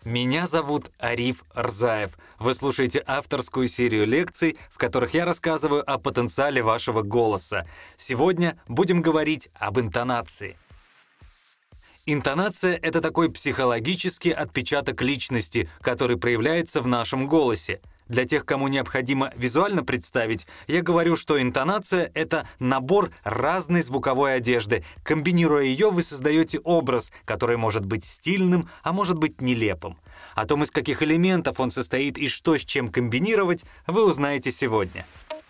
Меня зовут Ариф Рзаев. Вы слушаете авторскую серию лекций, в которых я рассказываю о потенциале вашего голоса. Сегодня будем говорить об интонации. Интонация — это такой психологический отпечаток личности, который проявляется в нашем голосе. Для тех, кому необходимо визуально представить, я говорю, что интонация — это набор разной звуковой одежды. Комбинируя ее, вы создаете образ, который может быть стильным, а может быть нелепым. О том, из каких элементов он состоит и что с чем комбинировать, вы узнаете сегодня.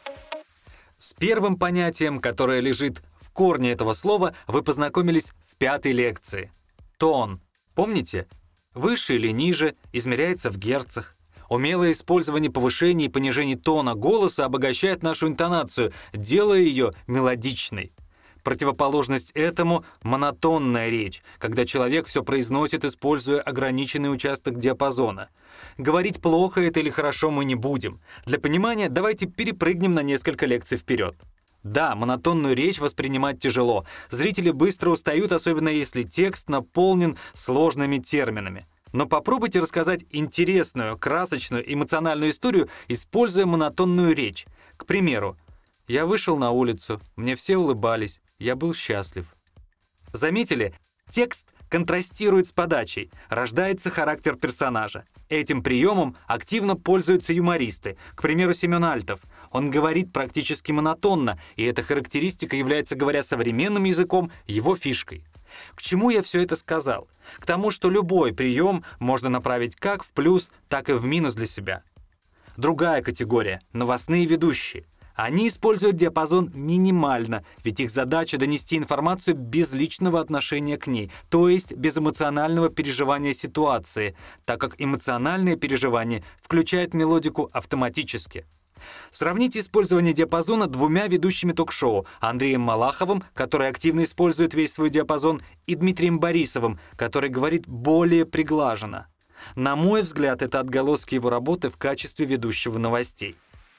С первым понятием, которое лежит в корне этого слова, вы познакомились в 5-й лекции. Тон. Помните? Выше или ниже измеряется в герцах. Умелое использование повышения и понижения тона голоса обогащает нашу интонацию, делая ее мелодичной. Противоположность этому — монотонная речь, когда человек все произносит, используя ограниченный участок диапазона. Говорить плохо это или хорошо мы не будем. Для понимания давайте перепрыгнем на несколько лекций вперед. Да, монотонную речь воспринимать тяжело. Зрители быстро устают, особенно если текст наполнен сложными терминами. Но попробуйте рассказать интересную, красочную, эмоциональную историю, используя монотонную речь. К примеру, «Я вышел на улицу, мне все улыбались, я был счастлив». Заметили? Текст контрастирует с подачей, рождается характер персонажа. Этим приемом активно пользуются юмористы. К примеру, Семен Альтов. Он говорит практически монотонно, и эта характеристика является, говоря современным языком, его фишкой. К чему я все это сказал? К тому, что любой прием можно направить как в плюс, так и в минус для себя. Другая категория — новостные ведущие. Они используют диапазон минимально, ведь их задача — донести информацию без личного отношения к ней, то есть без эмоционального переживания ситуации, так как эмоциональное переживание включает мелодику автоматически. Сравните использование диапазона двумя ведущими ток-шоу — Андреем Малаховым, который активно использует весь свой диапазон, и Дмитрием Борисовым, который говорит более приглаженно. На мой взгляд, это отголоски его работы в качестве ведущего новостей.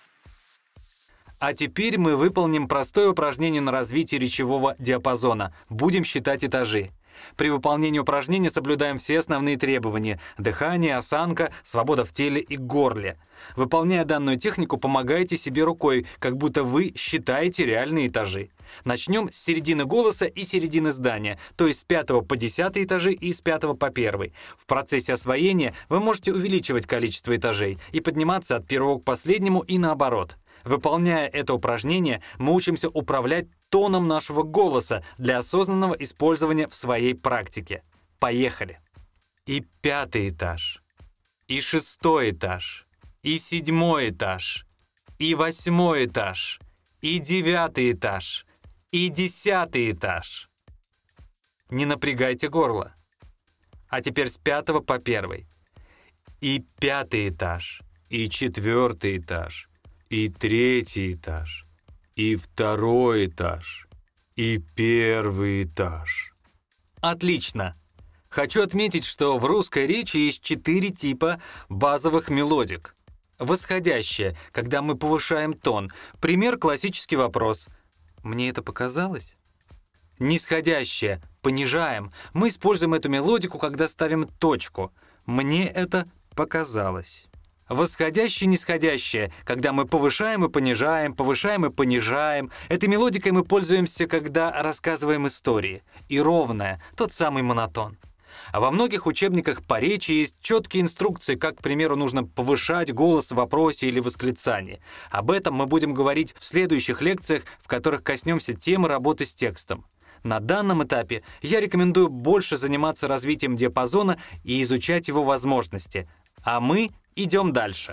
А теперь мы выполним простое упражнение на развитие речевого диапазона. Будем считать этажи. При выполнении упражнения соблюдаем все основные требования — дыхание, осанка, свобода в теле и горле. Выполняя данную технику, помогайте себе рукой, как будто вы считаете реальные этажи. Начнем с середины голоса и середины здания, то есть с 5 по 10 этажи и с 5 по 1. В процессе освоения вы можете увеличивать количество этажей и подниматься от первого к последнему и наоборот. Выполняя это упражнение, мы учимся управлять тоном нашего голоса для осознанного использования в своей практике. Поехали! И 5 этаж, и 6 этаж, и 7 этаж, и 8 этаж, и 9 этаж, и 10 этаж. Не напрягайте горло. А теперь с 5 по 1. И 5 этаж, и 4 этаж, и 3 этаж, и 2 этаж, и 1 этаж. Отлично! Хочу отметить, что в русской речи есть 4 типа базовых мелодик. Восходящая, когда мы повышаем тон. Пример — классический вопрос. «Мне это показалось?» Нисходящая, понижаем. Мы используем эту мелодику, когда ставим точку. «Мне это показалось». Восходящее, нисходящее, когда мы повышаем и понижаем, повышаем и понижаем. Этой мелодикой мы пользуемся, когда рассказываем истории. И ровная, тот самый монотон. А во многих учебниках по речи есть четкие инструкции, как, к примеру, нужно повышать голос в вопросе или восклицании. Об этом мы будем говорить в следующих лекциях, в которых коснемся темы работы с текстом. На данном этапе я рекомендую больше заниматься развитием диапазона и изучать его возможности. А мы идем дальше.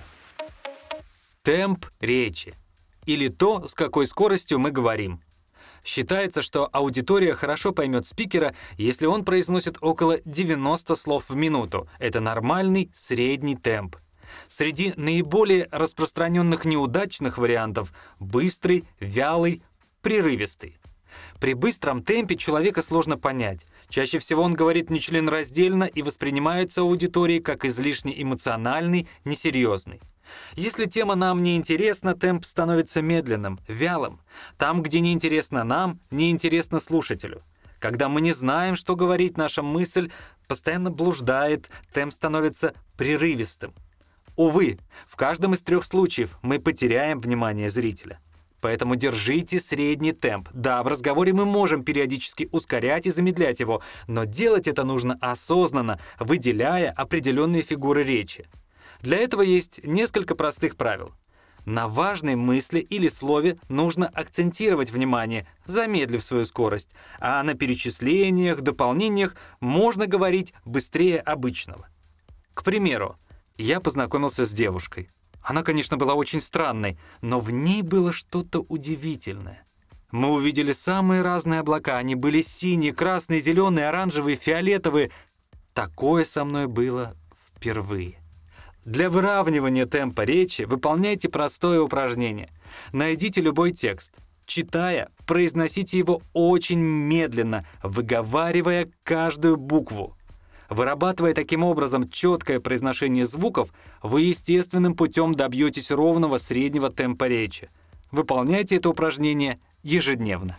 Темп речи. Или то, с какой скоростью мы говорим. Считается, что аудитория хорошо поймет спикера, если он произносит около 90 слов в минуту. Это нормальный средний темп. Среди наиболее распространенных неудачных вариантов — быстрый, вялый, прерывистый. При быстром темпе человека сложно понять. Чаще всего он говорит нечленораздельно и воспринимается аудиторией как излишне эмоциональный, несерьезный. Если тема нам не интересна, темп становится медленным, вялым. Там, где не интересно нам, не интересно слушателю. Когда мы не знаем, что говорить, наша мысль постоянно блуждает, темп становится прерывистым. Увы, в каждом из 3 случаев мы потеряем внимание зрителя. Поэтому держите средний темп. Да, в разговоре мы можем периодически ускорять и замедлять его, но делать это нужно осознанно, выделяя определенные фигуры речи. Для этого есть несколько простых правил. На важной мысли или слове нужно акцентировать внимание, замедлив свою скорость, а на перечислениях, дополнениях можно говорить быстрее обычного. К примеру, я познакомился с девушкой. Она, конечно, была очень странной, но в ней было что-то удивительное. Мы увидели самые разные облака. Они были синие, красные, зеленые, оранжевые, фиолетовые. Такое со мной было впервые. Для выравнивания темпа речи выполняйте простое упражнение. Найдите любой текст. Читая, произносите его очень медленно, выговаривая каждую букву. Вырабатывая таким образом четкое произношение звуков, вы естественным путем добьетесь ровного среднего темпа речи. Выполняйте это упражнение ежедневно.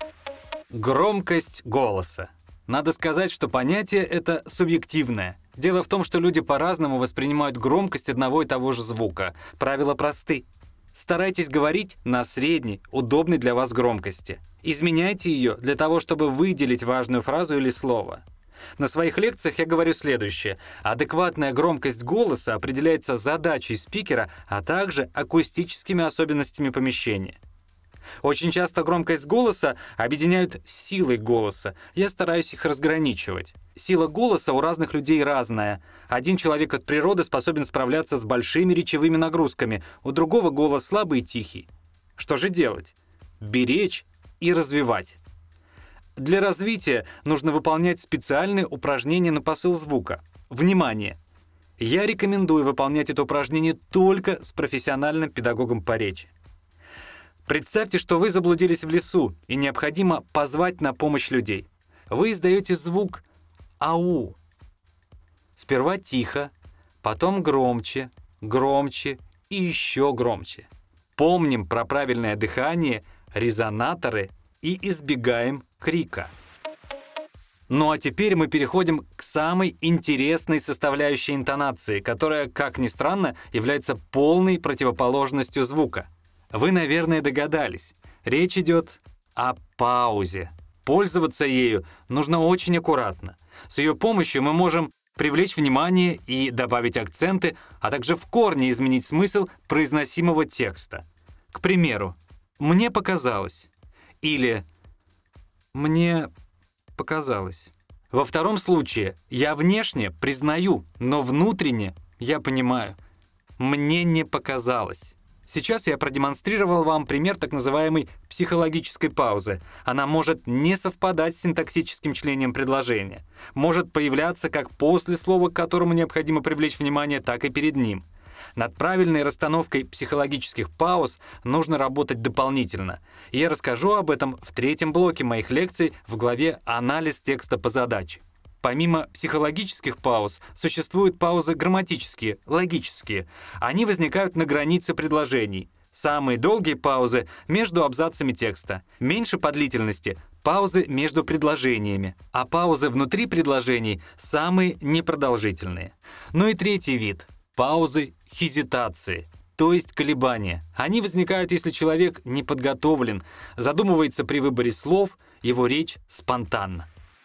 Громкость голоса. Надо сказать, что понятие это субъективное. Дело в том, что люди по-разному воспринимают громкость одного и того же звука. Правила просты. Старайтесь говорить на средней, удобной для вас громкости. Изменяйте ее для того, чтобы выделить важную фразу или слово. На своих лекциях я говорю следующее. Адекватная громкость голоса определяется задачей спикера, а также акустическими особенностями помещения. Очень часто громкость голоса объединяют с силой голоса. Я стараюсь их разграничивать. Сила голоса у разных людей разная. Один человек от природы способен справляться с большими речевыми нагрузками, у другого голос слабый и тихий. Что же делать? Беречь и развивать. Для развития нужно выполнять специальные упражнения на посыл звука. Внимание! Я рекомендую выполнять это упражнение только с профессиональным педагогом по речи. Представьте, что вы заблудились в лесу, и необходимо позвать на помощь людей. Вы издаете звук «ау». Сперва тихо, потом громче, громче и еще громче. Помним про правильное дыхание, резонаторы и избегаем крика. Ну а теперь мы переходим к самой интересной составляющей интонации, которая, как ни странно, является полной противоположностью звука. Вы, наверное, догадались. Речь идет о паузе. Пользоваться ею нужно очень аккуратно. С ее помощью мы можем привлечь внимание и добавить акценты, а также в корне изменить смысл произносимого текста. К примеру, «мне показалось» или «мне показалось». Во втором случае я внешне признаю, но внутренне я понимаю. Мне не показалось. Сейчас я продемонстрировал вам пример так называемой психологической паузы. Она может не совпадать с синтаксическим члением предложения, может появляться как после слова, к которому необходимо привлечь внимание, так и перед ним. Над правильной расстановкой психологических пауз нужно работать дополнительно. И я расскажу об этом в 3-м блоке моих лекций в главе «Анализ текста по задаче». Помимо психологических пауз, существуют паузы грамматические, логические. Они возникают на границе предложений. Самые долгие паузы между абзацами текста. Меньше по длительности — паузы между предложениями. А паузы внутри предложений — самые непродолжительные. Ну и 3-й вид — паузы хезитации, то есть колебания. Они возникают, если человек не подготовлен, задумывается при выборе слов, его речь спонтанна.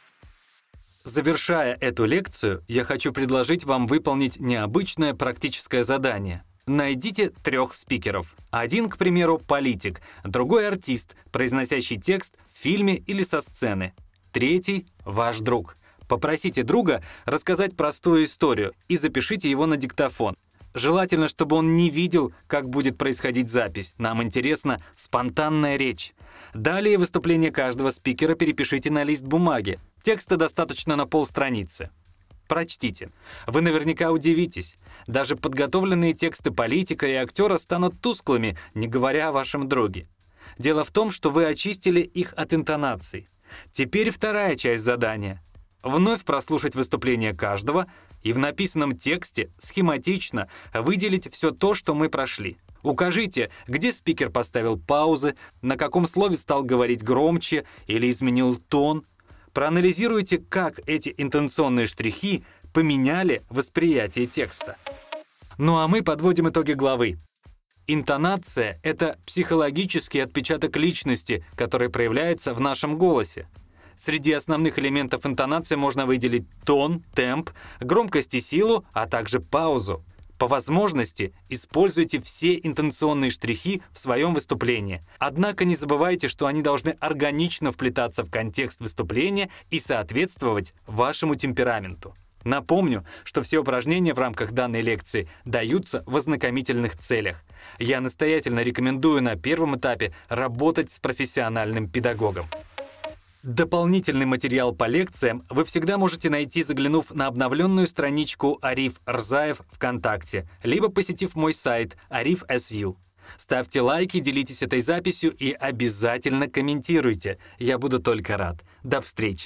Завершая эту лекцию, я хочу предложить вам выполнить необычное практическое задание. Найдите 3 спикеров. Один, к примеру, политик, другой артист, произносящий текст в фильме или со сцены. 3-й — ваш друг. Попросите друга рассказать простую историю и запишите его на диктофон. Желательно, чтобы он не видел, как будет происходить запись. Нам интересна спонтанная речь. Далее выступление каждого спикера перепишите на лист бумаги. Текста достаточно на полстраницы. Прочтите. Вы наверняка удивитесь. Даже подготовленные тексты политика и актера станут тусклыми, не говоря о вашем друге. Дело в том, что вы очистили их от интонаций. Теперь 2-я часть задания. Вновь прослушать выступление каждого и в написанном тексте схематично выделить все то, что мы прошли. Укажите, где спикер поставил паузы, на каком слове стал говорить громче или изменил тон. Проанализируйте, как эти интонационные штрихи поменяли восприятие текста. Ну а мы подводим итоги главы. Интонация — это психологический отпечаток личности, который проявляется в нашем голосе. Среди основных элементов интонации можно выделить тон, темп, громкость и силу, а также паузу. По возможности используйте все интонационные штрихи в своем выступлении. Однако не забывайте, что они должны органично вплетаться в контекст выступления и соответствовать вашему темпераменту. Напомню, что все упражнения в рамках данной лекции даются в ознакомительных целях. Я настоятельно рекомендую на первом этапе работать с профессиональным педагогом. Дополнительный материал по лекциям вы всегда можете найти, заглянув на обновленную страничку Ариф Рзаев ВКонтакте, либо посетив мой сайт arif.su. Ставьте лайки, делитесь этой записью и обязательно комментируйте. Я буду только рад. До встречи!